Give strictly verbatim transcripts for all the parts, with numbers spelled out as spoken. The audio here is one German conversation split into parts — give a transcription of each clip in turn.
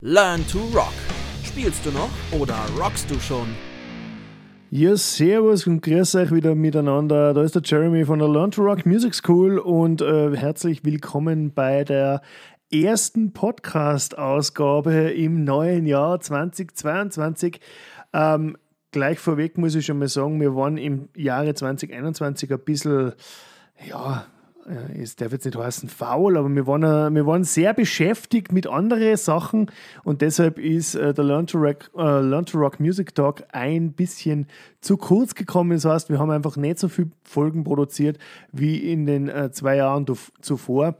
Learn to Rock. Spielst du noch oder rockst du schon? Ja, servus und grüß euch wieder miteinander. Da ist der Jeremy von der Learn to Rock Music School und äh, herzlich willkommen bei der ersten Podcast-Ausgabe im neuen Jahr zweitausendzweiundzwanzig. Ähm, gleich vorweg muss ich schon mal sagen, wir waren im Jahre zweitausendeinundzwanzig ein bisschen, ja, es darf jetzt nicht heißen faul, aber wir waren, wir waren sehr beschäftigt mit anderen Sachen und deshalb ist äh, der Learn to, Rock, äh, Learn to Rock Music Talk ein bisschen zu kurz gekommen. Das heißt, wir haben einfach nicht so viele Folgen produziert wie in den äh, zwei Jahren zuvor.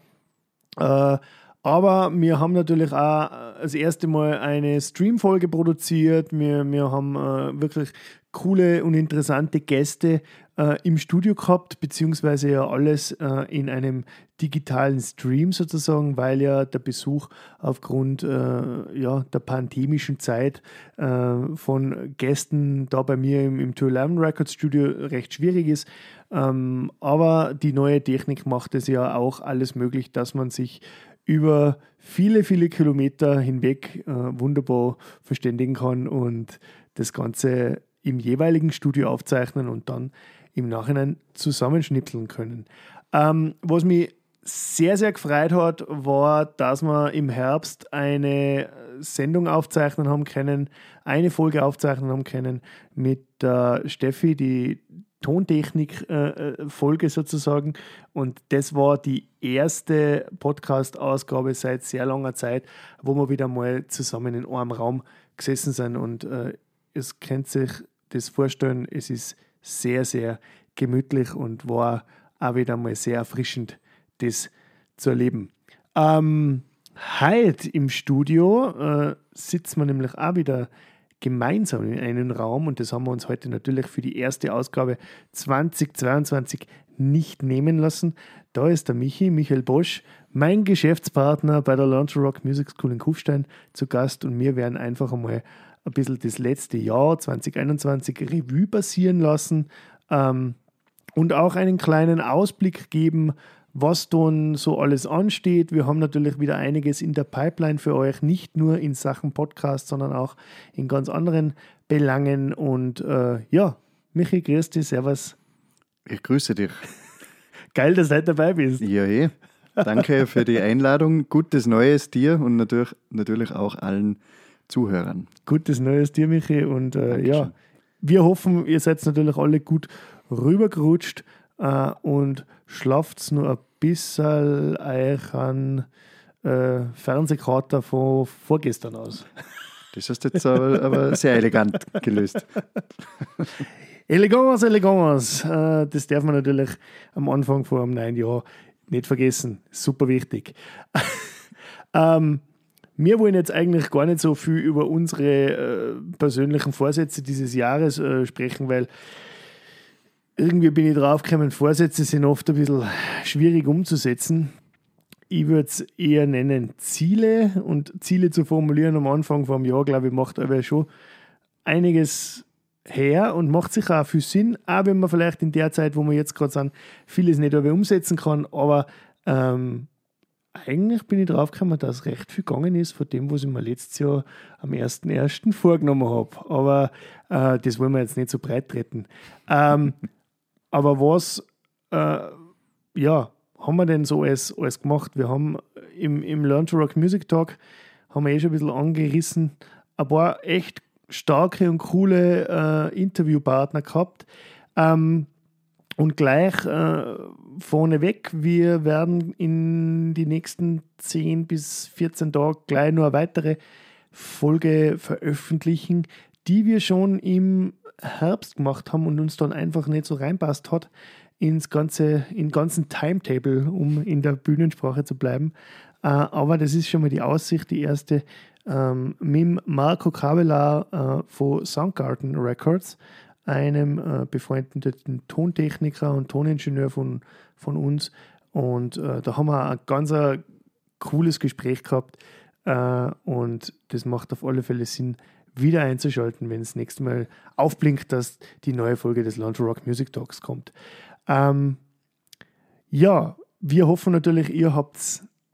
Äh, aber wir haben natürlich auch das erste Mal eine Stream-Folge produziert. Wir, wir haben äh, wirklich coole und interessante Gäste äh, im Studio gehabt, beziehungsweise ja alles äh, in einem digitalen Stream sozusagen, weil ja der Besuch aufgrund äh, ja, der pandemischen Zeit äh, von Gästen da bei mir im, im zwei elf Records Studio recht schwierig ist. Ähm, aber die neue Technik macht es ja auch alles möglich, dass man sich über viele, viele Kilometer hinweg äh, wunderbar verständigen kann und das Ganze im jeweiligen Studio aufzeichnen und dann im Nachhinein zusammenschnipseln können. Ähm, was mich sehr, sehr gefreut hat, war, dass wir im Herbst eine Sendung aufzeichnen haben können, eine Folge aufzeichnen haben können mit der Steffi, die Tontechnik-Folge äh, sozusagen. Und das war die erste Podcast-Ausgabe seit sehr langer Zeit, wo wir wieder mal zusammen in einem Raum gesessen sind. Und äh, es könnt sich das vorstellen, es ist sehr, sehr gemütlich und war auch wieder mal sehr erfrischend, das zu erleben. Ähm, heute im Studio äh, sitzen wir nämlich auch wieder gemeinsam in einem Raum und das haben wir uns heute natürlich für die erste Ausgabe zweitausendzweiundzwanzig nicht nehmen lassen. Da ist der Michi, Michael Bosch, mein Geschäftspartner bei der Learn to Rock Music School in Kufstein zu Gast und wir werden einfach einmal ein bisschen das letzte Jahr zweitausendeinundzwanzig Revue passieren lassen ähm, und auch einen kleinen Ausblick geben, was dann so alles ansteht. Wir haben natürlich wieder einiges in der Pipeline für euch, nicht nur in Sachen Podcast, sondern auch in ganz anderen Belangen. Und äh, ja, Michi, grüß dich, servus. Ich grüße dich. Geil, dass du heute dabei bist. Ja, hey. Danke für die Einladung. Gutes Neues dir und natürlich, natürlich auch allen Zuhörern. Gutes Neues dir, Michi. Und äh, ja, wir hoffen, ihr seid natürlich alle gut rübergerutscht äh, und schlaft nur ein bisschen euch an äh, Fernsehkater von vorgestern aus. Das hast du jetzt aber, aber sehr elegant gelöst. Elegance, Elegance. Äh, das darf man natürlich am Anfang vor einem neuen Jahr nicht vergessen. Super wichtig. ähm, Wir wollen jetzt eigentlich gar nicht so viel über unsere äh, persönlichen Vorsätze dieses Jahres äh, sprechen, weil irgendwie bin ich draufgekommen, Vorsätze sind oft ein bisschen schwierig umzusetzen. Ich würde es eher nennen Ziele und Ziele zu formulieren am Anfang vom Jahr, glaube ich, macht aber schon einiges her und macht sicher auch viel Sinn, auch wenn man vielleicht in der Zeit, wo wir jetzt gerade sind, vieles nicht aber umsetzen kann, aber ähm, eigentlich bin ich drauf gekommen, dass recht viel gegangen ist von dem, was ich mir letztes Jahr am ersten ersten vorgenommen habe. Aber äh, das wollen wir jetzt nicht so breit treten. Ähm, aber was äh, ja, haben wir denn so alles, alles gemacht? Wir haben im, im Learn to Rock Music Talk, haben wir eh schon ein bisschen angerissen, ein paar echt starke und coole äh, Interviewpartner gehabt. Ähm, Und gleich äh, vorneweg, wir werden in die nächsten zehn bis vierzehn Tage gleich noch eine weitere Folge veröffentlichen, die wir schon im Herbst gemacht haben und uns dann einfach nicht so reinpasst hat ins ganze, in den ganzen Timetable, um in der Bühnensprache zu bleiben. Äh, aber das ist schon mal die Aussicht, die erste ähm, mit Marco Cavelar äh, von Soundgarden Records, einem äh, befreundeten Tontechniker und Toningenieur von, von uns. Und äh, da haben wir ein ganz äh, cooles Gespräch gehabt. Äh, und das macht auf alle Fälle Sinn, wieder einzuschalten, wenn es nächstes Mal aufblinkt, dass die neue Folge des Learn to Rock Music Talks kommt. Ähm, ja, wir hoffen natürlich, ihr habt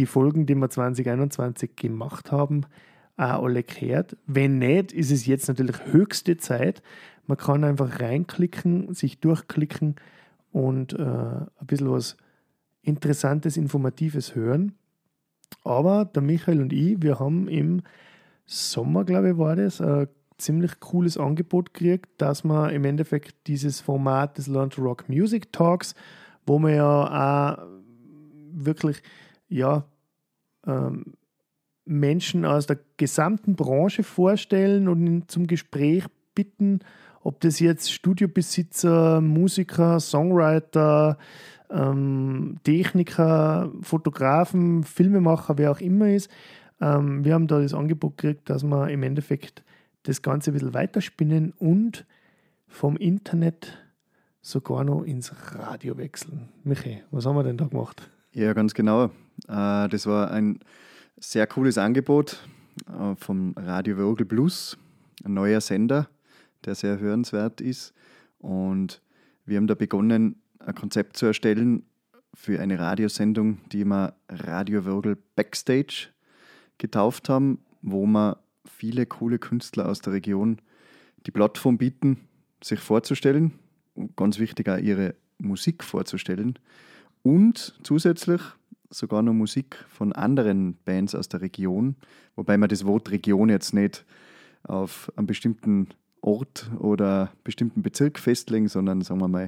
die Folgen, die wir zwanzig einundzwanzig gemacht haben, auch alle gehört. Wenn nicht, ist es jetzt natürlich höchste Zeit. Man kann einfach reinklicken, sich durchklicken und äh, ein bisschen was Interessantes, Informatives hören. Aber der Michael und ich, wir haben im Sommer, glaube ich, war das, ein ziemlich cooles Angebot gekriegt, dass man im Endeffekt dieses Format des Learn to Rock Music Talks, wo wir ja auch wirklich ja, ähm, Menschen aus der gesamten Branche vorstellen und ihn zum Gespräch bitten, ob das jetzt Studiobesitzer, Musiker, Songwriter, ähm, Techniker, Fotografen, Filmemacher, wer auch immer ist. Ähm, wir haben da das Angebot gekriegt, dass wir im Endeffekt das Ganze ein bisschen weiterspinnen und vom Internet sogar noch ins Radio wechseln. Michi, was haben wir denn da gemacht? Ja, ganz genau. Äh, das war ein sehr cooles Angebot äh, vom Radio Vogel Plus, ein neuer Sender, der sehr hörenswert ist. Und wir haben da begonnen, ein Konzept zu erstellen für eine Radiosendung, die wir Radio Vogel Backstage getauft haben, wo wir viele coole Künstler aus der Region die Plattform bieten, sich vorzustellen und ganz wichtig auch ihre Musik vorzustellen und zusätzlich sogar noch Musik von anderen Bands aus der Region, wobei man das Wort Region jetzt nicht auf einen bestimmten Ort oder bestimmten Bezirk festlegen, sondern sagen wir mal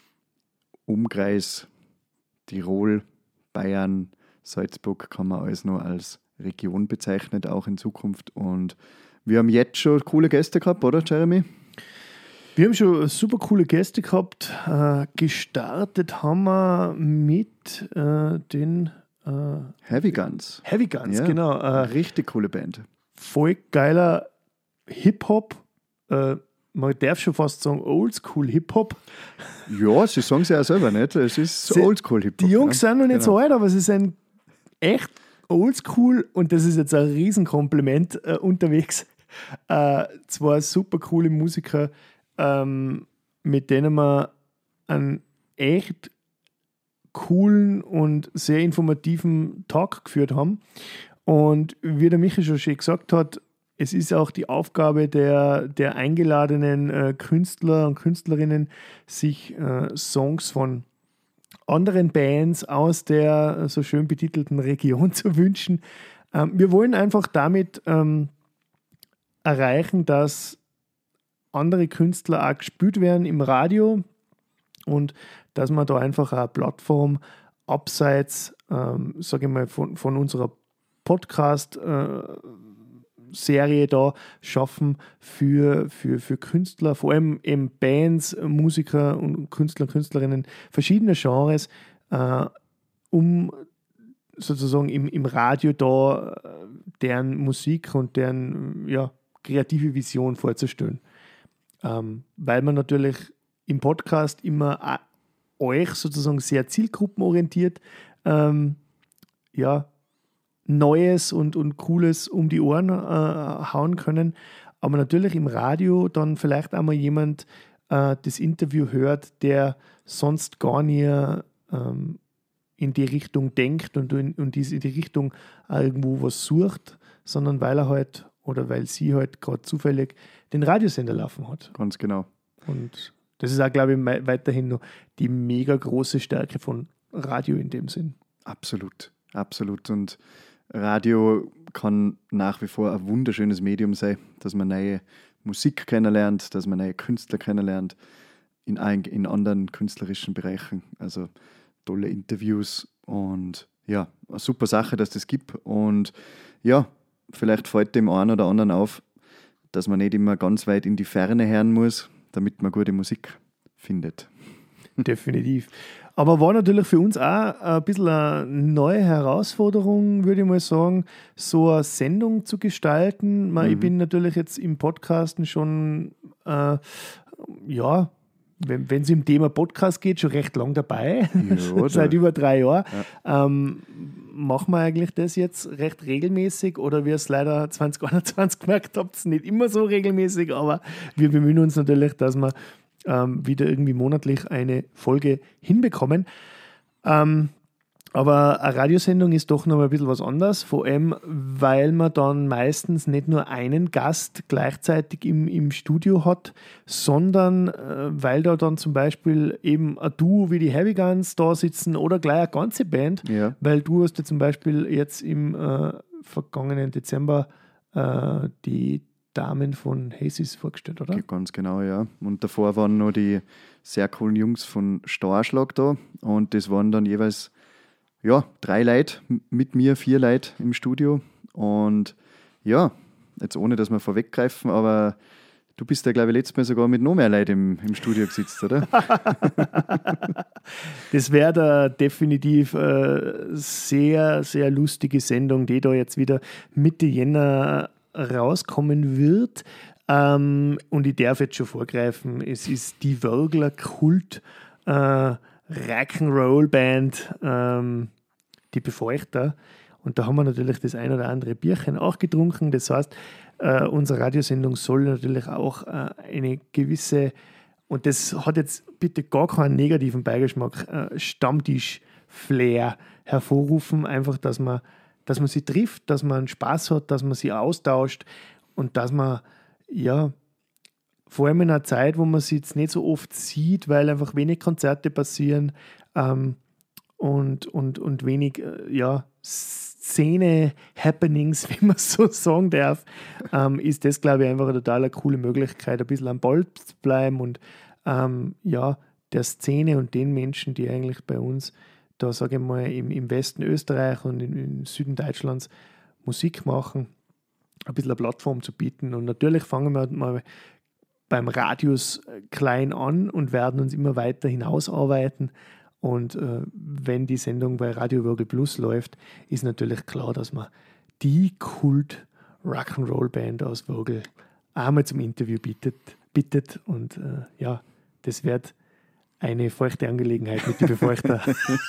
Umkreis Tirol, Bayern, Salzburg kann man alles nur als Region bezeichnet, auch in Zukunft. Und wir haben jetzt schon coole Gäste gehabt, oder Jeremy? Wir haben schon super coole Gäste gehabt. Äh, gestartet haben wir mit äh, den äh, Heavy Guns. Heavy Guns, ja, genau. Äh, richtig coole Band. Voll geiler Hip-Hop. Äh, man darf schon fast sagen Oldschool-Hip-Hop. Ja, sie sagen es ja auch selber nicht. Es ist so Oldschool-Hip-Hop. Die Jungs ja. sind noch nicht genau. so alt, aber sie sind echt oldschool und das ist jetzt ein Riesenkompliment äh, unterwegs. Äh, zwei super coole Musiker, ähm, mit denen wir einen echt coolen und sehr informativen Talk geführt haben. Und wie der Michi schon schön gesagt hat, es ist auch die Aufgabe der, der eingeladenen äh, Künstler und Künstlerinnen, sich äh, Songs von anderen Bands aus der so schön betitelten Region zu wünschen. Ähm, wir wollen einfach damit ähm, erreichen, dass andere Künstler auch gespielt werden im Radio und dass man da einfach eine Plattform abseits, ähm, sage ich mal, von, von unserer Podcast äh, Serie da schaffen für, für, für Künstler, vor allem eben Bands, Musiker und Künstler und Künstlerinnen verschiedener Genres, äh, um sozusagen im, im Radio da äh, deren Musik und deren ja, kreative Vision vorzustellen. Ähm, weil man natürlich im Podcast immer euch sozusagen sehr zielgruppenorientiert ähm, ja, Neues und, und Cooles um die Ohren äh, hauen können. Aber natürlich im Radio dann vielleicht einmal jemand äh, das Interview hört, der sonst gar nie ähm, in die Richtung denkt und in, und in die Richtung irgendwo was sucht, sondern weil er halt oder weil sie halt gerade zufällig den Radiosender laufen hat. Ganz genau. Und das ist auch, glaube ich, weiterhin noch die mega große Stärke von Radio in dem Sinn. Absolut, absolut. Und Radio kann nach wie vor ein wunderschönes Medium sein, dass man neue Musik kennenlernt, dass man neue Künstler kennenlernt in, ein, in anderen künstlerischen Bereichen. Also tolle Interviews und ja, eine super Sache, dass das gibt. Und ja, vielleicht fällt dem einen oder anderen auf, dass man nicht immer ganz weit in die Ferne hören muss, damit man gute Musik findet. Definitiv. Aber war natürlich für uns auch ein bisschen eine neue Herausforderung, würde ich mal sagen, so eine Sendung zu gestalten. Mhm. Ich bin natürlich jetzt im Podcasten schon, äh, ja, wenn es im Thema Podcast geht, schon recht lang dabei. Ja, seit über drei Jahren. Ja. Ähm, machen wir eigentlich das jetzt recht regelmäßig oder wie ihr es leider zwanzig einundzwanzig gemerkt habt, nicht immer so regelmäßig, aber wir bemühen uns natürlich, dass wir ähm, wieder irgendwie monatlich eine Folge hinbekommen. Ähm, Aber eine Radiosendung ist doch noch mal ein bisschen was anderes, vor allem, weil man dann meistens nicht nur einen Gast gleichzeitig im, im Studio hat, sondern äh, weil da dann zum Beispiel eben ein Duo wie die Heavy Guns da sitzen oder gleich eine ganze Band, Ja. weil du hast ja zum Beispiel jetzt im äh, vergangenen Dezember äh, die Damen von Hazes vorgestellt, oder? Ganz genau, ja. Und davor waren noch die sehr coolen Jungs von Starschlag da und das waren dann jeweils ja, drei Leute mit mir, vier Leute im Studio. Und ja, jetzt ohne, dass wir vorweggreifen, aber du bist ja, glaube ich, letztes Mal sogar mit noch mehr Leuten im, im Studio gesetzt, oder? Das wäre da definitiv eine sehr, sehr lustige Sendung, die da jetzt wieder Mitte Jänner rauskommen wird. Ähm, und ich darf jetzt schon vorgreifen, es ist die Wörgler Kult äh, Rock'n'Roll-Band, ähm, die Befeuchter. Und da haben wir natürlich das ein oder andere Bierchen auch getrunken. Das heißt, äh, unsere Radiosendung soll natürlich auch äh, eine gewisse, und das hat jetzt bitte gar keinen negativen Beigeschmack, äh, Stammtisch-Flair hervorrufen. Einfach, dass man, dass man sie trifft, dass man Spaß hat, dass man sie austauscht und dass man, ja, vor allem in einer Zeit, wo man sie jetzt nicht so oft sieht, weil einfach wenig Konzerte passieren ähm, und, und, und wenig äh, ja, Szene-Happenings, wie man so sagen darf, ähm, ist das, glaube ich, einfach eine total coole Möglichkeit, ein bisschen am Ball zu bleiben und ähm, ja, der Szene und den Menschen, die eigentlich bei uns da, sage ich mal, im, im Westen Österreich und im, im Süden Deutschlands Musik machen, ein bisschen eine Plattform zu bieten. Und natürlich fangen wir mal beim Radius klein an und werden uns immer weiter hinausarbeiten. Und äh, wenn die Sendung bei Radio Würgel Plus läuft, ist natürlich klar, dass man die Kult Rock'n'Roll-Band aus Würgel einmal zum Interview bittet. bittet. Und äh, ja, das wird eine feuchte Angelegenheit mit den Befeuchter.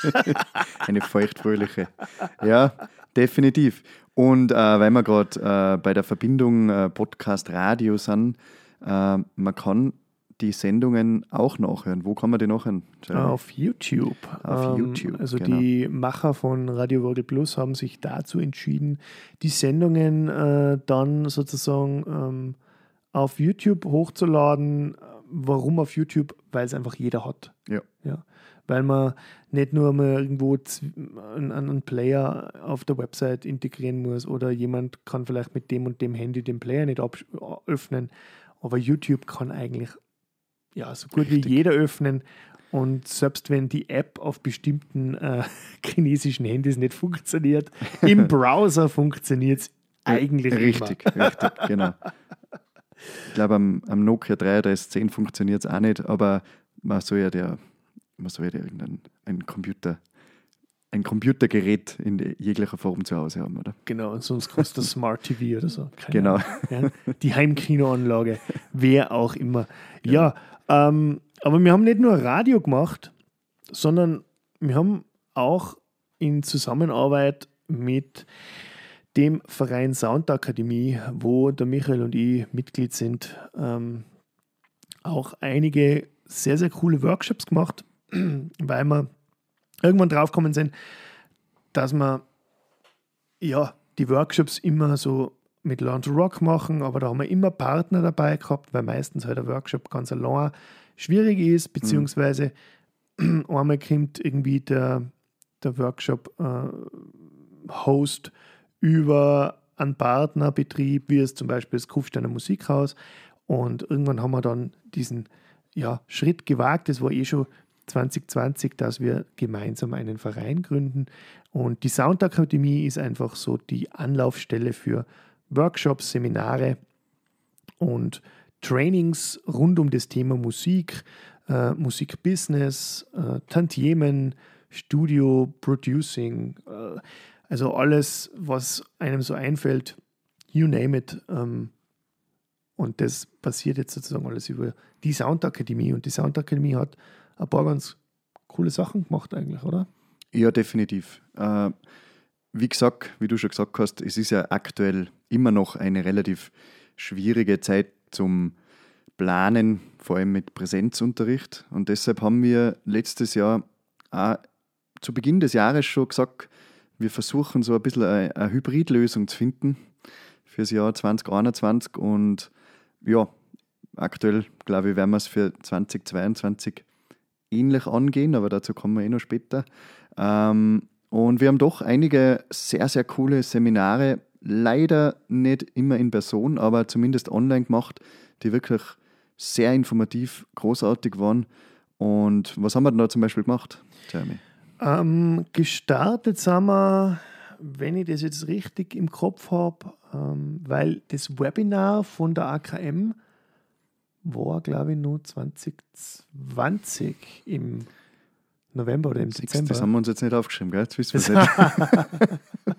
Eine feuchtfröhliche. Ja, definitiv. Und äh, weil wir gerade äh, bei der Verbindung äh, Podcast-Radio sind, äh, man kann die Sendungen auch nachhören. Wo kann man die nachhören? Auf YouTube. Auf ähm, YouTube, Also genau. die Macher von Radio Würgel Plus haben sich dazu entschieden, die Sendungen äh, dann sozusagen ähm, auf YouTube hochzuladen. Warum auf YouTube? Weil es einfach jeder hat. Ja. Ja. Weil man nicht nur mal irgendwo einen, einen Player auf der Website integrieren muss oder jemand kann vielleicht mit dem und dem Handy den Player nicht öffnen, aber YouTube kann eigentlich ja, so gut Richtig. wie jeder öffnen. Und selbst wenn die App auf bestimmten äh, chinesischen Handys nicht funktioniert, im Browser funktioniert es eigentlich Richtig, immer. richtig, genau. Ich glaube, am, am Nokia dreiunddreißig zehn funktioniert es auch nicht, aber man soll ja, der, man soll ja irgendein ein Computer, ein Computergerät in jeglicher Form zu Hause haben, oder? Genau, und sonst kostet das Smart T V oder so. Keine Genau. Ahnung, ja? Die Heimkinoanlage, wer auch immer. Ja, ähm, aber wir haben nicht nur Radio gemacht, sondern wir haben auch in Zusammenarbeit mit dem Verein Soundakademie, wo der Michael und ich Mitglied sind, ähm, auch einige sehr, sehr coole Workshops gemacht, weil wir irgendwann draufgekommen sind, dass wir ja, die Workshops immer so mit Learn to Rock machen, aber da haben wir immer Partner dabei gehabt, weil meistens halt der Workshop ganz allein schwierig ist, beziehungsweise mhm. einmal kommt irgendwie der, der Workshop-Host äh, über einen Partnerbetrieb, wie es zum Beispiel das Kufsteiner Musikhaus, und irgendwann haben wir dann diesen ja, Schritt gewagt, das war eh schon zwanzig zwanzig, dass wir gemeinsam einen Verein gründen. Und die Soundakademie ist einfach so die Anlaufstelle für Workshops, Seminare und Trainings rund um das Thema Musik, äh, Musikbusiness, äh, Tantiemen, Studio, Producing, äh, also alles, was einem so einfällt, you name it. Ähm, und das passiert jetzt sozusagen alles über die Soundakademie. Und die Soundakademie hat ein paar ganz coole Sachen gemacht eigentlich, oder? Ja, definitiv. Äh, wie gesagt, wie du schon gesagt hast, es ist ja aktuell immer noch eine relativ schwierige Zeit zum Planen, vor allem mit Präsenzunterricht. Und deshalb haben wir letztes Jahr auch zu Beginn des Jahres schon gesagt, wir versuchen so ein bisschen eine, eine Hybridlösung zu finden für das Jahr zwanzig einundzwanzig und ja, aktuell glaube ich, werden wir es für zwanzig zweiundzwanzig ähnlich angehen, aber dazu kommen wir eh noch später. Ähm, und wir haben doch einige sehr, sehr coole Seminare, leider nicht immer in Person, aber zumindest online gemacht, die wirklich sehr informativ, großartig waren. Und was haben wir denn da zum Beispiel gemacht, Jeremy? Ähm, gestartet sind wir, wenn ich das jetzt richtig im Kopf habe, ähm, weil das Webinar von der A K M war, glaube ich, nur zwanzig zwanzig im November oder im Dezember. Das haben wir uns jetzt nicht aufgeschrieben, gell? Jetzt wissen wir es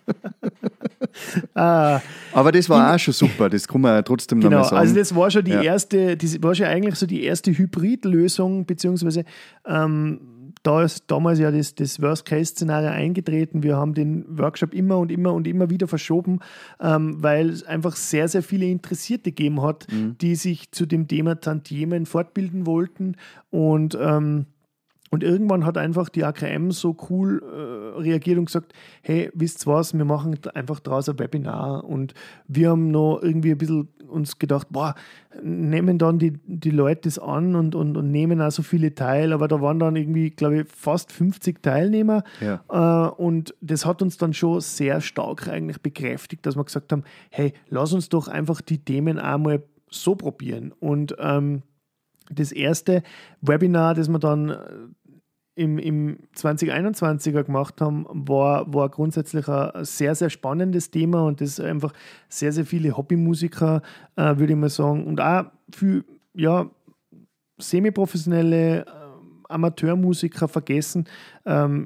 nicht. ah, Aber das war auch schon super, das kann man ja trotzdem genau, nochmal sagen. Also das war schon die ja. erste, das war schon eigentlich so die erste Hybridlösung, beziehungsweise ähm, da ist damals ja das, das Worst-Case-Szenario eingetreten. Wir haben den Workshop immer und immer und immer wieder verschoben, ähm, weil es einfach sehr, sehr viele Interessierte gegeben hat, mhm. die sich zu dem Thema Tantiemen fortbilden wollten. Und, ähm, und irgendwann hat einfach die A K M so cool äh, reagiert und gesagt, hey, wisst ihr was, wir machen einfach draus ein Webinar. Und wir haben noch irgendwie ein bisschen uns gedacht, boah, nehmen dann die, die Leute das an und, und, und nehmen auch so viele teil, aber da waren dann irgendwie, glaube ich, fast fünfzig Teilnehmer ja. äh, und das hat uns dann schon sehr stark eigentlich bekräftigt, dass wir gesagt haben, hey, lass uns doch einfach die Themen einmal so probieren. Und ähm, das erste Webinar, das wir dann im, im zwanzig einundzwanziger gemacht haben, war, war grundsätzlich ein sehr, sehr spannendes Thema und das einfach sehr, sehr viele Hobbymusiker, äh, würde ich mal sagen, und auch für ja, semi-professionelle äh, Amateurmusiker vergessen, ähm,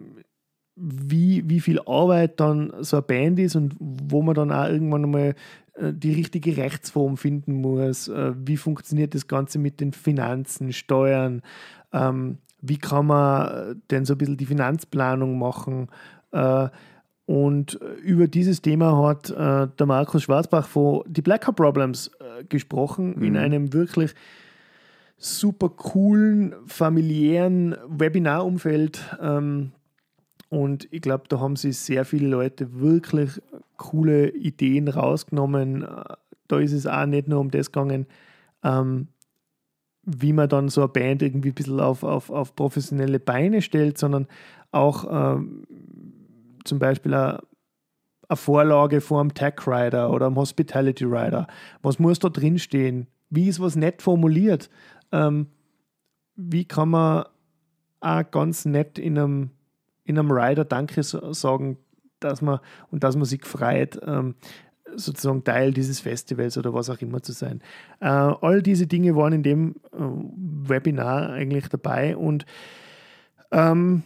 wie, wie viel Arbeit dann so eine Band ist und wo man dann auch irgendwann einmal äh, die richtige Rechtsform finden muss. Äh, wie funktioniert das Ganze mit den Finanzen, Steuern, ähm, wie kann man denn so ein bisschen die Finanzplanung machen? Äh, und über dieses Thema hat äh, der Markus Schwarzbach von die Black Heart Problems äh, gesprochen, mhm. in einem wirklich super coolen, familiären Webinarumfeld. Ähm, und ich glaube, da haben sich sehr viele Leute wirklich coole Ideen rausgenommen. Da ist es auch nicht nur um das gegangen, ähm, wie man dann so eine Band irgendwie ein bisschen auf, auf, auf professionelle Beine stellt, sondern auch ähm, zum Beispiel eine, eine Vorlage vor einem Tech Rider oder einem Hospitality Rider. Was muss da drin stehen? Wie ist was nett formuliert? Ähm, wie kann man auch ganz nett in einem, in einem Rider Danke sagen, dass man und dass man sich freut, ähm, sozusagen Teil dieses Festivals oder was auch immer zu sein. Äh, all diese Dinge waren in dem äh, Webinar eigentlich dabei und ähm,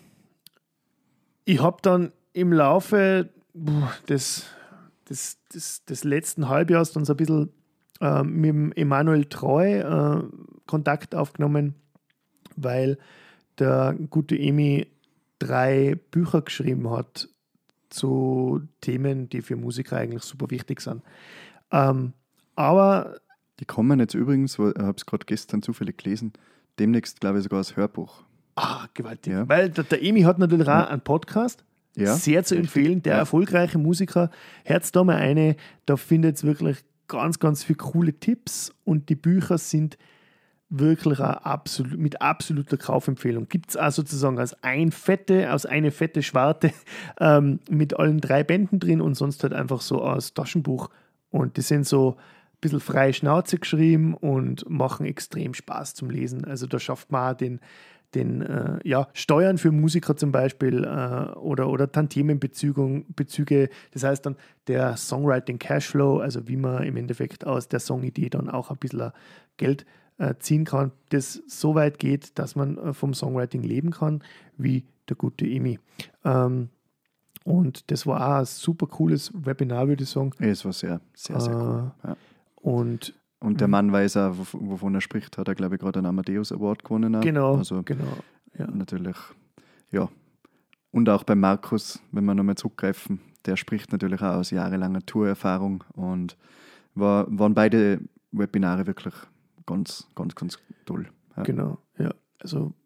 ich habe dann im Laufe des, des, des, des letzten Halbjahres dann so ein bisschen äh, mit dem Emanuel Treu äh, Kontakt aufgenommen, weil der gute Emi drei Bücher geschrieben hat zu Themen, die für Musiker eigentlich super wichtig sind. Ähm, aber die kommen jetzt übrigens, ich habe es gerade gestern zufällig gelesen, demnächst, glaube ich, sogar als Hörbuch. Ah, gewaltig. Ja. Weil der, der Emi hat natürlich ja. auch einen Podcast, ja. sehr zu empfehlen, der ja. erfolgreiche Musiker. Hört da mal eine, da findet es wirklich ganz, ganz viele coole Tipps und die Bücher sind wirklich auch absolut, mit absoluter Kaufempfehlung. Gibt es auch sozusagen als ein fette, aus eine fette Schwarte ähm, mit allen drei Bänden drin und sonst halt einfach so als Taschenbuch. Und die sind so ein bisschen freie Schnauze geschrieben und machen extrem Spaß zum Lesen. Also da schafft man auch den, den äh, ja, Steuern für Musiker zum Beispiel äh, oder, oder Tantiemenbezüge. Das heißt dann der Songwriting Cashflow, also wie man im Endeffekt aus der Songidee dann auch ein bisschen Geld ziehen kann, das so weit geht, dass man vom Songwriting leben kann, wie der gute Emi. Ähm, und das war auch ein super cooles Webinar, würde ich sagen. Es war sehr, sehr, sehr cool. Ja. Und, und der Mann weiß auch, wovon er spricht, hat er, glaube ich, gerade einen Amadeus Award gewonnen. Auch. Genau, also genau. Ja. Natürlich, ja. Und auch bei Markus, wenn wir nochmal zurückgreifen, der spricht natürlich auch aus jahrelanger Tourerfahrung und war, waren beide Webinare wirklich ganz, ganz, ganz toll. Ja. Genau, ja. Also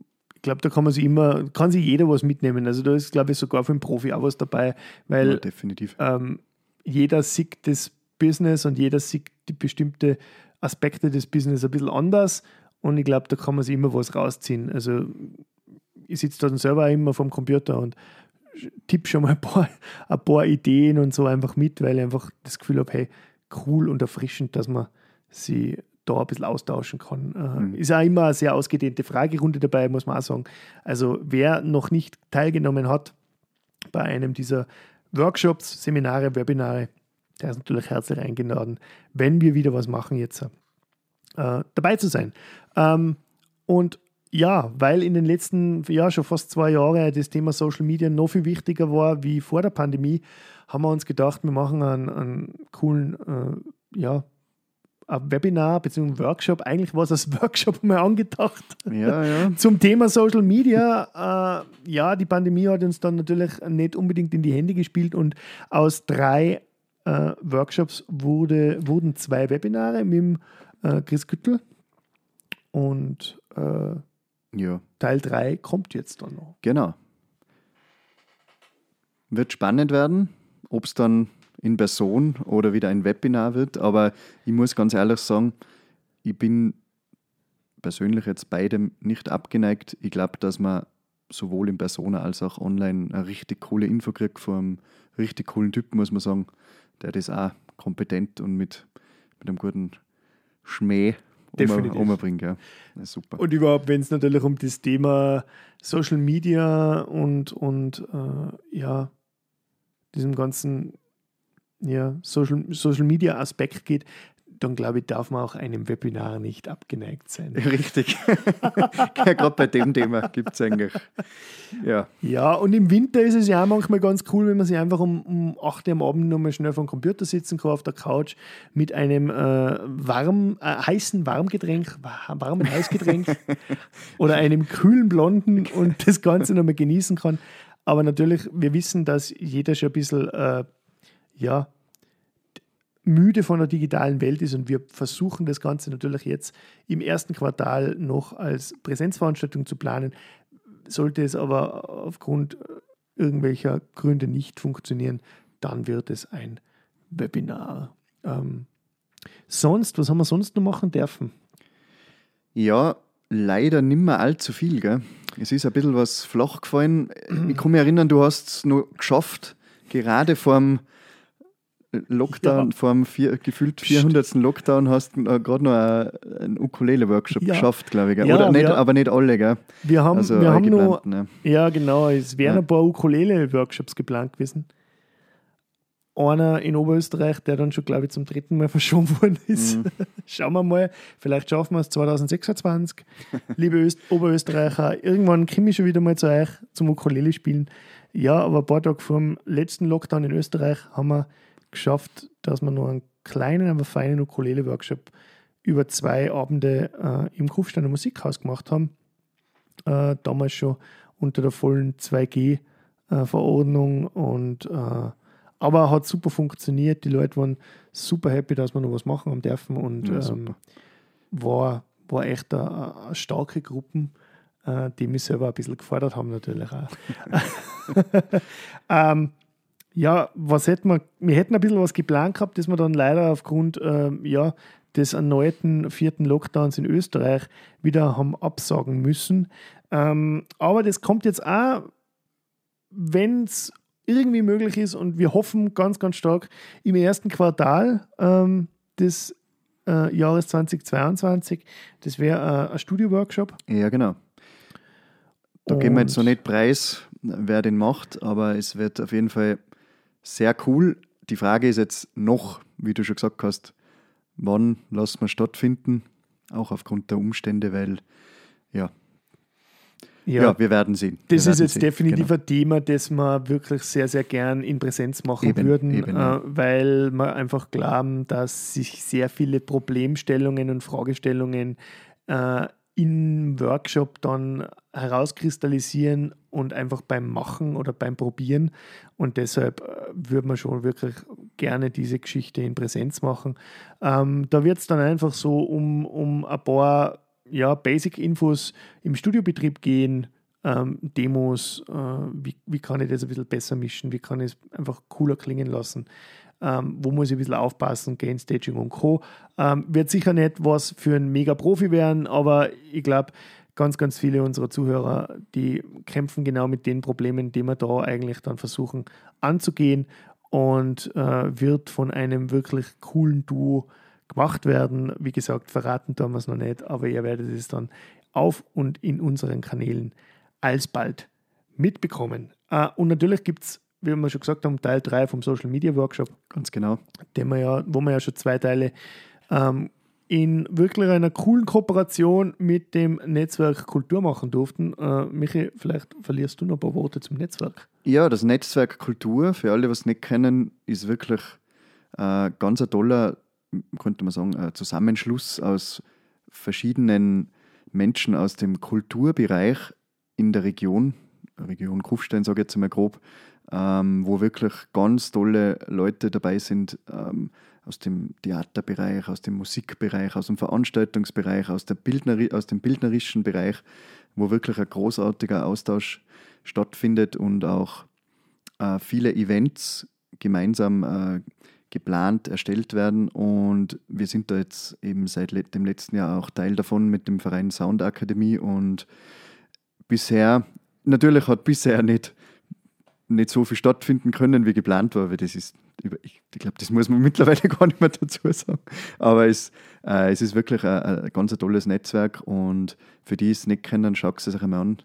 glaube, da kann man sich immer, kann sich jeder was mitnehmen. Also da ist, glaube ich, sogar für einen Profi auch was dabei, weil Ja, definitiv. ähm, jeder sieht das Business und jeder sieht die bestimmte Aspekte des Business ein bisschen anders und ich glaube, da kann man sich immer was rausziehen. Also ich sitze dann selber auch immer vom Computer und tippe schon mal ein paar, ein paar Ideen und so einfach mit, weil ich einfach das Gefühl habe, hey, cool und erfrischend, dass man sie da ein bisschen austauschen kann. Äh, Mhm. Ist auch immer eine sehr ausgedehnte Fragerunde dabei, muss man auch sagen. Also wer noch nicht teilgenommen hat bei einem dieser Workshops, Seminare, Webinare, der ist natürlich herzlich eingeladen, wenn wir wieder was machen jetzt, äh, dabei zu sein. Ähm, und ja, weil in den letzten, ja, schon fast zwei Jahren das Thema Social Media noch viel wichtiger war wie vor der Pandemie, haben wir uns gedacht, wir machen einen, einen coolen, äh, ja, ein Webinar bzw. Workshop. Eigentlich war es als Workshop mal angedacht. Ja, ja. Zum Thema Social Media. Äh, ja, die Pandemie hat uns dann natürlich nicht unbedingt in die Hände gespielt und aus drei äh, Workshops wurde, wurden zwei Webinare mit dem äh, Chris Güttel und äh, Ja, Teil drei kommt jetzt dann noch. genau. Wird spannend werden, ob es dann in Person oder wieder ein Webinar wird. Aber ich muss ganz ehrlich sagen, ich bin persönlich jetzt beidem nicht abgeneigt. Ich glaube, dass man sowohl in Persona als auch online eine richtig coole Info kriegt von einem richtig coolen Typen, muss man sagen, der das auch kompetent und mit, mit einem guten Schmäh Definitiv. umbringt. Ja. Das ist super. Und überhaupt, wenn es natürlich um das Thema Social Media und, und äh, ja, diesem ganzen ja, Social, Social Media Aspekt geht, dann glaube ich, darf man auch einem Webinar nicht abgeneigt sein. Richtig. Ja, gerade bei dem Thema gibt es eigentlich. Ja. Ja, und im Winter ist es ja auch manchmal ganz cool, wenn man sich einfach um, um acht Uhr am Abend nochmal schnell vom Computer sitzen kann, auf der Couch mit einem äh, warm, äh, heißen Warmgetränk, warmen Heißgetränk oder einem kühlen Blonden und das Ganze nochmal genießen kann. Aber natürlich, wir wissen, dass jeder schon ein bisschen äh, ja, müde von der digitalen Welt ist und wir versuchen das Ganze natürlich jetzt im ersten Quartal noch als Präsenzveranstaltung zu planen. Sollte es aber aufgrund irgendwelcher Gründe nicht funktionieren, dann wird es ein Webinar. Ähm, sonst, was haben wir sonst noch machen dürfen? Ja, leider nicht mehr allzu viel. Gell? Es ist ein bisschen was flach gefallen. Ich kann mich erinnern, du hast es noch geschafft, gerade vorm Lockdown, Ja. vor dem vier, gefühlt vierhundertsten Lockdown hast du äh, gerade noch ein- einen Ukulele-Workshop Ja. geschafft, glaube ich. Gell? Ja, Oder nicht, wir- aber nicht alle, gell? Wir haben, Also wir haben geplant, noch, ne? ja genau, es wären Ja. ein paar Ukulele-Workshops geplant gewesen. Einer in Oberösterreich, der dann schon, glaube ich, zum dritten Mal verschoben worden ist. Mhm. Schauen wir mal, vielleicht schaffen wir es zwanzig sechsundzwanzig. Liebe Öst Oberösterreicher, irgendwann komme ich schon wieder mal zu euch zum Ukulele spielen. Ja, aber ein paar Tage vor dem letzten Lockdown in Österreich haben wir geschafft, dass wir noch einen kleinen, aber feinen Ukulele-Workshop über zwei Abende äh, im Kufsteiner Musikhaus gemacht haben. Äh, damals schon unter der vollen zwei G Verordnung und äh, aber hat super funktioniert. Die Leute waren super happy, dass wir noch was machen haben dürfen und Ja, ähm, super. war, war echt eine, eine starke Gruppe, äh, die mich selber ein bisschen gefordert haben natürlich auch. ähm, ja, was hätten wir, wir hätten ein bisschen was geplant gehabt, das wir dann leider aufgrund ähm, ja, des erneuten vierten Lockdowns in Österreich wieder haben absagen müssen. Ähm, aber das kommt jetzt auch, wenn es irgendwie möglich ist und wir hoffen ganz, ganz stark im ersten Quartal ähm, des äh, Jahres zweitausendzweiundzwanzig. Das wäre äh, ein Studio-Workshop. Ja, genau. Da geben wir jetzt noch Und- nicht preis, wer den macht, aber es wird auf jeden Fall sehr cool. Die Frage ist jetzt noch, wie du schon gesagt hast, wann lassen wir stattfinden, auch aufgrund der Umstände, weil ja, ja, wir werden sehen. Das wir ist werden jetzt sehen. definitiv Genau. ein Thema, das wir wirklich sehr, sehr gern in Präsenz machen Eben, würden, eben, ja. äh, weil wir einfach glauben, dass sich sehr viele Problemstellungen und Fragestellungen äh, im Workshop dann herauskristallisieren und einfach beim Machen oder beim Probieren. Und deshalb äh, würde man schon wirklich gerne diese Geschichte in Präsenz machen. Ähm, da wird es dann einfach so um, um ein paar ja, Basic-Infos im Studiobetrieb gehen, ähm, Demos, äh, wie, wie kann ich das ein bisschen besser mischen, wie kann ich es einfach cooler klingen lassen, ähm, wo muss ich ein bisschen aufpassen, Gain-Staging und Co. Ähm, wird sicher nicht was für einen Mega-Profi werden, aber ich glaube, ganz, ganz viele unserer Zuhörer, die kämpfen genau mit den Problemen, die wir da eigentlich dann versuchen anzugehen und äh, wird von einem wirklich coolen Duo gemacht werden. Wie gesagt, verraten tun wir es noch nicht, aber ihr werdet es dann auf und in unseren Kanälen alsbald mitbekommen. Äh, und natürlich gibt es, wie wir schon gesagt haben, Teil drei vom Social Media Workshop. Ganz genau. Den wir ja, wo wir ja schon zwei Teile ähm, in wirklich einer coolen Kooperation mit dem Netzwerk Kultur machen durften. Äh, Michi, vielleicht verlierst du noch ein paar Worte zum Netzwerk. Ja, das Netzwerk Kultur, für alle, die es nicht kennen, ist wirklich äh, ganz ein toller, könnte man sagen, ein Zusammenschluss aus verschiedenen Menschen aus dem Kulturbereich in der Region, Region Kufstein, sage ich jetzt mal grob, ähm, wo wirklich ganz tolle Leute dabei sind, ähm, aus dem Theaterbereich, aus dem Musikbereich, aus dem Veranstaltungsbereich, aus, der Bildneri- aus dem bildnerischen Bereich, wo wirklich ein großartiger Austausch stattfindet und auch äh, viele Events gemeinsam äh, geplant, erstellt werden. Und wir sind da jetzt eben seit le- dem letzten Jahr auch Teil davon mit dem Verein Soundakademie. Und bisher, natürlich hat bisher nicht, nicht so viel stattfinden können, wie geplant war, weil das ist, ich, ich glaube, das muss man mittlerweile gar nicht mehr dazu sagen. Aber es, äh, es ist wirklich ein, ein ganz tolles Netzwerk und für die, die es nicht kennen, schaut es sich einmal an.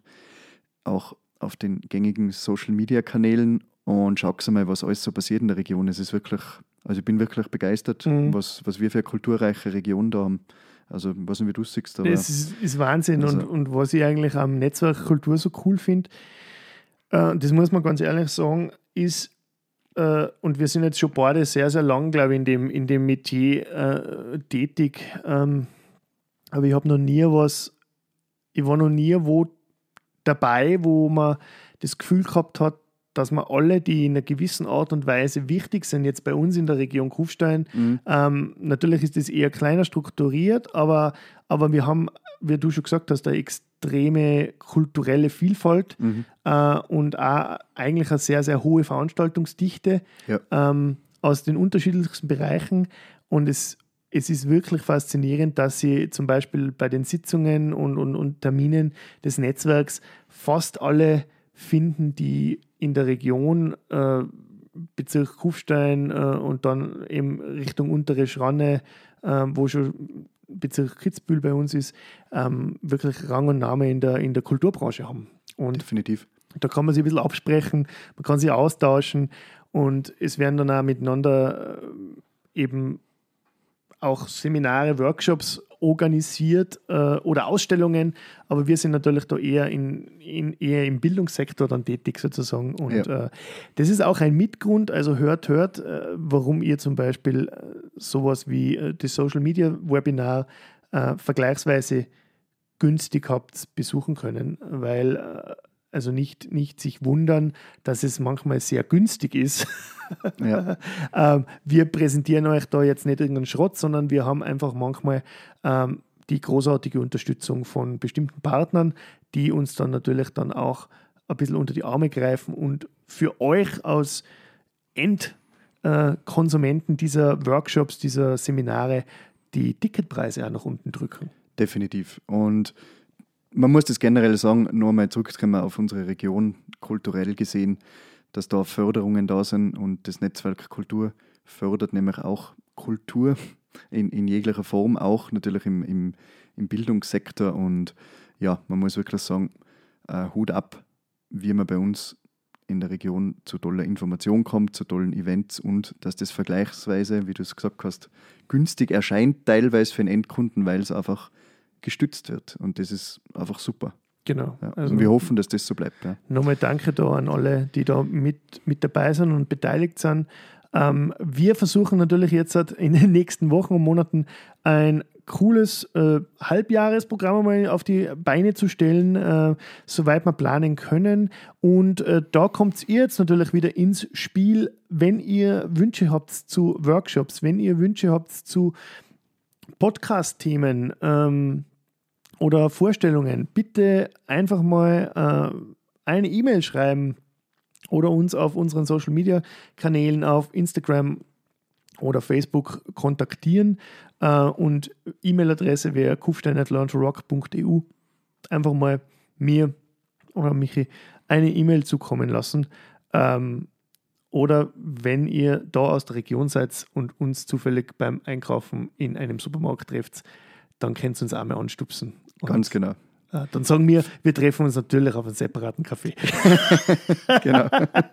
Auch auf den gängigen Social-Media-Kanälen und schaut einmal, was alles so passiert in der Region. Es ist wirklich, also ich bin wirklich begeistert, mhm. was, was wir für eine kulturreiche Region da haben. Also, ich weiß nicht, wie du es siehst. Aber das ist, ist Wahnsinn. Also, und, und was ich eigentlich am Netzwerk Kultur so cool finde, äh, das muss man ganz ehrlich sagen, ist, äh, und wir sind jetzt schon beide sehr, sehr lang, glaube ich, in dem, in dem Metier äh, tätig. Ähm, aber ich habe noch nie was, ich war noch nie wo dabei, wo man das Gefühl gehabt hat, dass man alle, die in einer gewissen Art und Weise wichtig sind, jetzt bei uns in der Region Kufstein, mhm. ähm, natürlich ist das eher kleiner strukturiert, aber, aber wir haben, wie du schon gesagt hast, eine extreme kulturelle Vielfalt mhm. äh, und auch eigentlich eine sehr, sehr hohe Veranstaltungsdichte ja. ähm, aus den unterschiedlichsten Bereichen. Und es, es ist wirklich faszinierend, dass sie zum Beispiel bei den Sitzungen und, und, und Terminen des Netzwerks fast alle finden, die in der Region äh, Bezirk Kufstein äh, und dann eben Richtung untere Schranne, äh, wo schon Bezirk Kitzbühel bei uns ist, ähm, wirklich Rang und Name in der, in der Kulturbranche haben. Und definitiv. Da kann man sich ein bisschen absprechen, man kann sich austauschen und es werden dann auch miteinander äh, eben auch Seminare, Workshops organisiert äh, oder Ausstellungen, aber wir sind natürlich da eher, in, in, eher im Bildungssektor dann tätig sozusagen und ja. äh, das ist auch ein Mitgrund, also hört, hört, äh, warum ihr zum Beispiel äh, sowas wie äh, das Social Media Webinar äh, vergleichsweise günstig habt besuchen können, weil äh, also nicht, nicht sich wundern, dass es manchmal sehr günstig ist. Ja. ähm, wir präsentieren euch da jetzt nicht irgendeinen Schrott, sondern wir haben einfach manchmal ähm, die großartige Unterstützung von bestimmten Partnern, die uns dann natürlich dann auch ein bisschen unter die Arme greifen und für euch als Endkonsumenten äh, dieser Workshops, dieser Seminare die Ticketpreise auch nach unten drücken. Definitiv. Und man muss das generell sagen, nur mal zurückkommen auf unsere Region, kulturell gesehen, dass da Förderungen da sind und das Netzwerk Kultur fördert nämlich auch Kultur in, in jeglicher Form, auch natürlich im, im, im Bildungssektor. Und ja, man muss wirklich sagen, äh, Hut ab, wie man bei uns in der Region zu toller Information kommt, zu tollen Events und dass das vergleichsweise, wie du es gesagt hast, günstig erscheint, teilweise für den Endkunden, weil es einfach gestützt wird. Und das ist einfach super. Genau. Ja. Also und wir hoffen, dass das so bleibt. Ja. Nochmal danke da an alle, die da mit, mit dabei sind und beteiligt sind. Ähm, wir versuchen natürlich jetzt in den nächsten Wochen und Monaten ein cooles äh, Halbjahresprogramm mal auf die Beine zu stellen, äh, soweit wir planen können. Und äh, da kommt ihr jetzt natürlich wieder ins Spiel, wenn ihr Wünsche habt zu Workshops, wenn ihr Wünsche habt zu Podcast-Themen, ähm, oder Vorstellungen, bitte einfach mal äh, eine E-Mail schreiben oder uns auf unseren Social Media Kanälen auf Instagram oder Facebook kontaktieren. Äh, und E-Mail-Adresse wäre kufstein at learn to rock punkt e u. Einfach mal mir oder Michi eine E-Mail zukommen lassen. Ähm, oder wenn ihr da aus der Region seid und uns zufällig beim Einkaufen in einem Supermarkt trefft, dann könnt ihr uns auch mal anstupsen. Und, Ganz genau. Äh, dann sagen wir, wir treffen uns natürlich auf einen separaten Café. Genau.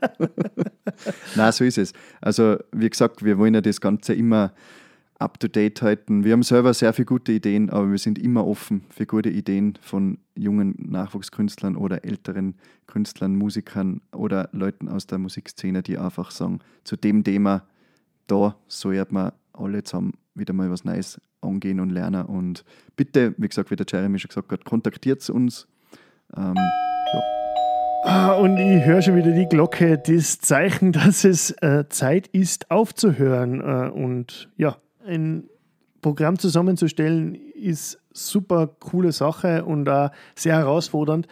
Na, so ist es. Also, wie gesagt, wir wollen ja das Ganze immer up-to-date halten. Wir haben selber sehr viele gute Ideen, aber wir sind immer offen für gute Ideen von jungen Nachwuchskünstlern oder älteren Künstlern, Musikern oder Leuten aus der Musikszene, die einfach sagen, zu dem Thema, da sollte man alle zusammen wieder mal was Neues angehen und lernen. Und bitte, wie gesagt, wie der Jeremy schon gesagt hat, kontaktiert uns. Ähm, ja. Ah, und ich höre schon wieder die Glocke, das Zeichen, dass es äh, Zeit ist, aufzuhören. Äh, und ja, ein Programm zusammenzustellen ist super coole Sache und auch sehr herausfordernd.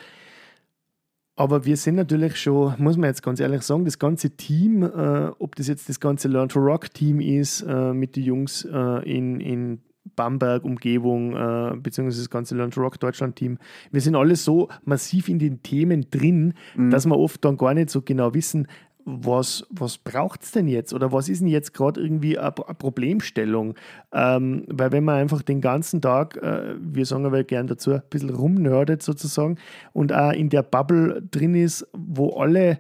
Aber wir sind natürlich schon, muss man jetzt ganz ehrlich sagen, das ganze Team, äh, ob das jetzt das ganze Learn to Rock Team ist, äh, mit den Jungs äh, in, in Bamberg, Umgebung, äh, beziehungsweise das ganze Learn to Rock Deutschland Team, wir sind alle so massiv in den Themen drin, mhm. dass wir oft dann gar nicht so genau wissen, was, was braucht es denn jetzt oder was ist denn jetzt gerade irgendwie eine Problemstellung? Ähm, weil wenn man einfach den ganzen Tag, äh, wir sagen aber gerne dazu, ein bisschen rumnördet sozusagen und auch in der Bubble drin ist, wo alle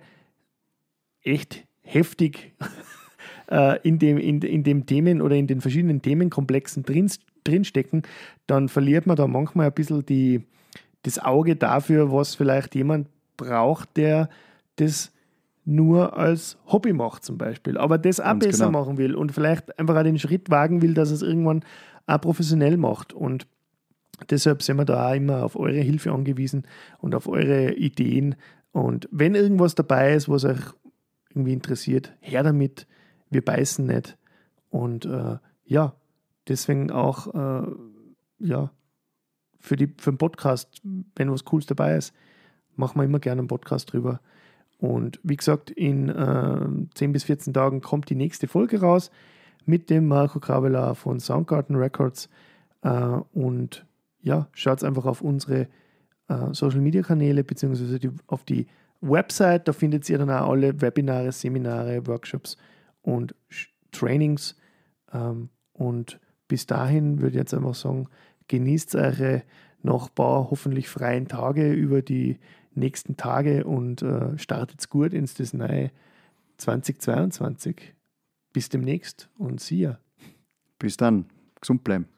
echt heftig äh, in, dem, in, in dem Themen oder in den verschiedenen Themenkomplexen drin, drinstecken, dann verliert man da manchmal ein bisschen die, das Auge dafür, was vielleicht jemand braucht, der das nur als Hobby macht zum Beispiel, aber das auch Ganz besser genau. machen will und vielleicht einfach auch den Schritt wagen will, dass es irgendwann auch professionell macht. Und deshalb sind wir da auch immer auf eure Hilfe angewiesen und auf eure Ideen. Und wenn irgendwas dabei ist, was euch irgendwie interessiert, her damit. Wir beißen nicht. Und äh, ja, deswegen auch äh, ja, für, die, für den Podcast, wenn was Cooles dabei ist, machen wir immer gerne einen Podcast drüber. Und wie gesagt, in äh, zehn bis vierzehn Tagen kommt die nächste Folge raus mit dem Marco Kravela von Soundgarden Records. Äh, und ja, schaut einfach auf unsere äh, Social Media Kanäle beziehungsweise die, auf die Website. Da findet ihr dann auch alle Webinare, Seminare, Workshops und Trainings. Ähm, und bis dahin würde ich jetzt einfach sagen, genießt eure noch ein paar hoffentlich freien Tage über die nächsten Tage und äh, startet gut ins das neue zwanzig zweiundzwanzig. Bis demnächst und see ya. Bis dann. Gesund bleiben.